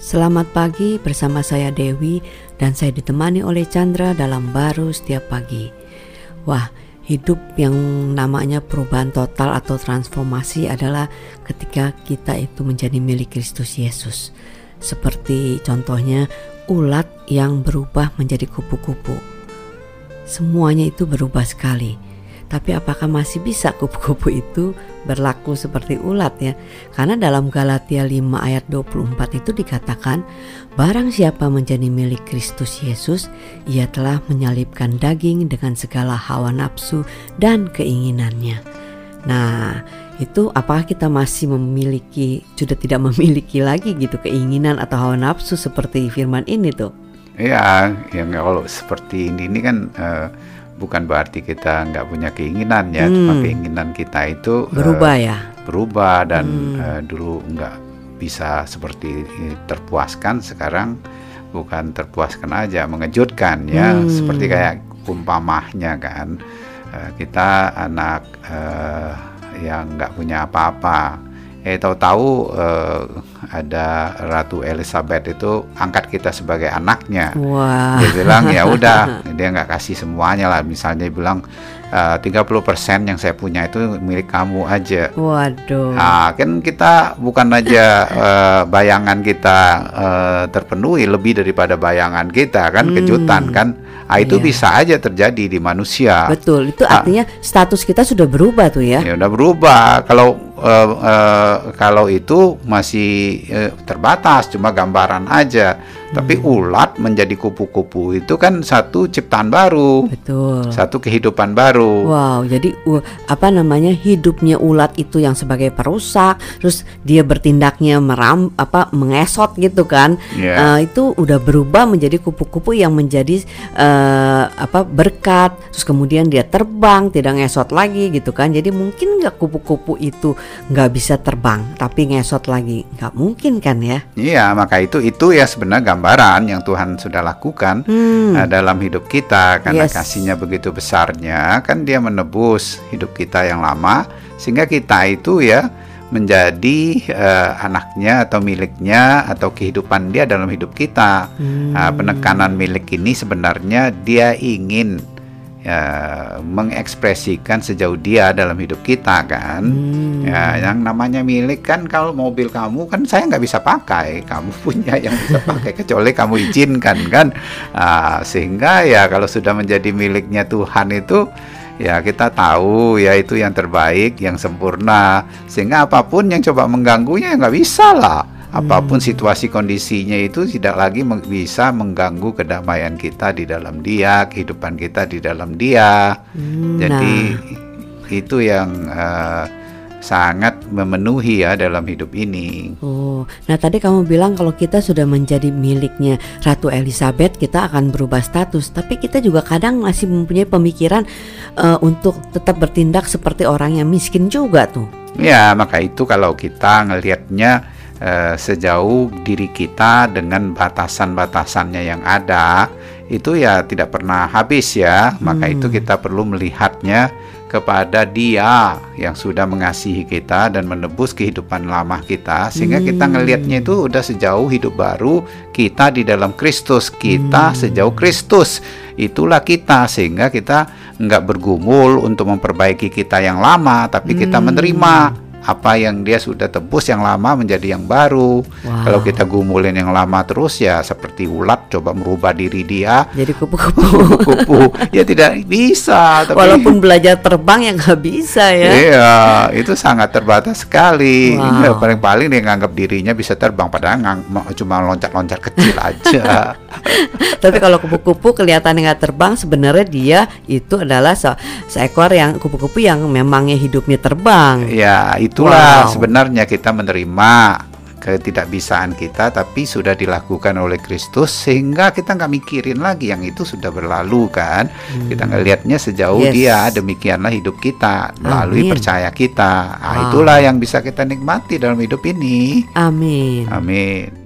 Selamat pagi, bersama saya Dewi dan saya ditemani oleh Chandra dalam Baru Setiap Pagi. Wah, hidup yang namanya perubahan total atau transformasi adalah ketika kita itu menjadi milik Kristus Yesus. Seperti contohnya ulat yang berubah menjadi kupu-kupu. Semuanya itu berubah sekali. Tapi apakah masih bisa kupu-kupu itu berlaku seperti ulat ya? Karena dalam Galatia 5 ayat 24 itu dikatakan, barang siapa menjadi milik Kristus Yesus, ia telah menyalibkan daging dengan segala hawa nafsu dan keinginannya. Nah, itu apakah kita masih sudah tidak memiliki lagi gitu keinginan atau hawa nafsu seperti firman ini tuh? Ya, kalau seperti ini kan bukan berarti kita nggak punya keinginan ya, cuma keinginan kita itu berubah dan dulu nggak bisa seperti terpuaskan, sekarang bukan terpuaskan aja, mengejutkan ya, seperti kayak umpamanya kan, kita anak yang nggak punya apa-apa, tahu-tahu ada Ratu Elizabeth itu angkat kita sebagai anaknya. Wow. Dia bilang ya udah, dia nggak kasih semuanya lah. Misalnya dia bilang 30% yang saya punya itu milik kamu aja. Waduh. Nah, kan kita bukan aja bayangan kita terpenuhi, lebih daripada bayangan kita kan, kejutan kan. Itu bisa aja terjadi di manusia. Betul, itu artinya status kita sudah berubah tuh ya. Ya udah berubah. Kalau itu masih terbatas, cuma gambaran aja. Tapi ulat menjadi kupu-kupu itu kan satu ciptaan baru. Betul. Satu kehidupan baru. Wow, jadi hidupnya ulat itu yang sebagai perusak, terus dia bertindaknya mengesot gitu kan. Itu udah berubah menjadi kupu-kupu yang menjadi berkat. Terus kemudian dia terbang, tidak ngesot lagi gitu kan. Jadi mungkin nggak kupu-kupu itu nggak bisa terbang, tapi ngesot lagi? Nggak mungkin kan ya? Iya, maka itu ya sebenarnya gambaran yang Tuhan sudah lakukan dalam hidup kita, karena kasihnya begitu besarnya kan, dia menebus hidup kita yang lama sehingga kita itu ya menjadi anaknya atau miliknya, atau kehidupan dia dalam hidup kita. Penekanan milik ini sebenarnya dia ingin mengekspresikan sejauh dia dalam hidup kita kan. Yang namanya milik kan, kalau mobil kamu kan saya nggak bisa pakai, kamu punya yang bisa pakai kecuali kamu izinkan kan. Sehingga ya kalau sudah menjadi miliknya Tuhan itu ya kita tahu ya itu yang terbaik, yang sempurna, sehingga apapun yang coba mengganggunya ya nggak bisa lah. Apapun situasi kondisinya itu tidak lagi bisa mengganggu kedamaian kita di dalam Dia, kehidupan kita di dalam Dia. Jadi itu yang sangat memenuhi ya dalam hidup ini. Nah tadi kamu bilang kalau kita sudah menjadi miliknya Ratu Elizabeth, kita akan berubah status. Tapi kita juga kadang masih mempunyai pemikiran untuk tetap bertindak seperti orang yang miskin juga tuh. Ya, maka itu kalau kita ngelihatnya sejauh diri kita dengan batasan-batasannya yang ada, itu ya tidak pernah habis ya. Maka itu kita perlu melihatnya kepada Dia yang sudah mengasihi kita dan menebus kehidupan lama kita, sehingga kita ngelihatnya itu udah sejauh hidup baru kita di dalam Kristus. Kita sejauh Kristus, itulah kita, sehingga kita nggak bergumul untuk memperbaiki kita yang lama, tapi kita menerima apa yang Dia sudah tebus yang lama menjadi yang baru. Kalau kita gumulin yang lama terus ya seperti ulat coba merubah diri dia jadi kupu-kupu. Ya tidak bisa. Tapi walaupun belajar terbang ya nggak bisa ya. Iya, itu sangat terbatas sekali. Ya, paling-paling dia nganggap dirinya bisa terbang, padahal cuma loncat-loncat kecil aja. Tapi kalau kupu-kupu kelihatan nggak terbang, sebenarnya dia itu adalah seekor yang kupu-kupu yang memangnya hidupnya terbang. Ya, itulah sebenarnya kita menerima ketidakbisaan kita, tapi sudah dilakukan oleh Kristus, sehingga kita nggak mikirin lagi yang itu sudah berlalu kan. Kita ngelihatnya sejauh Dia, demikianlah hidup kita melalui percaya kita. Itulah yang bisa kita nikmati dalam hidup ini. Amin. Amin.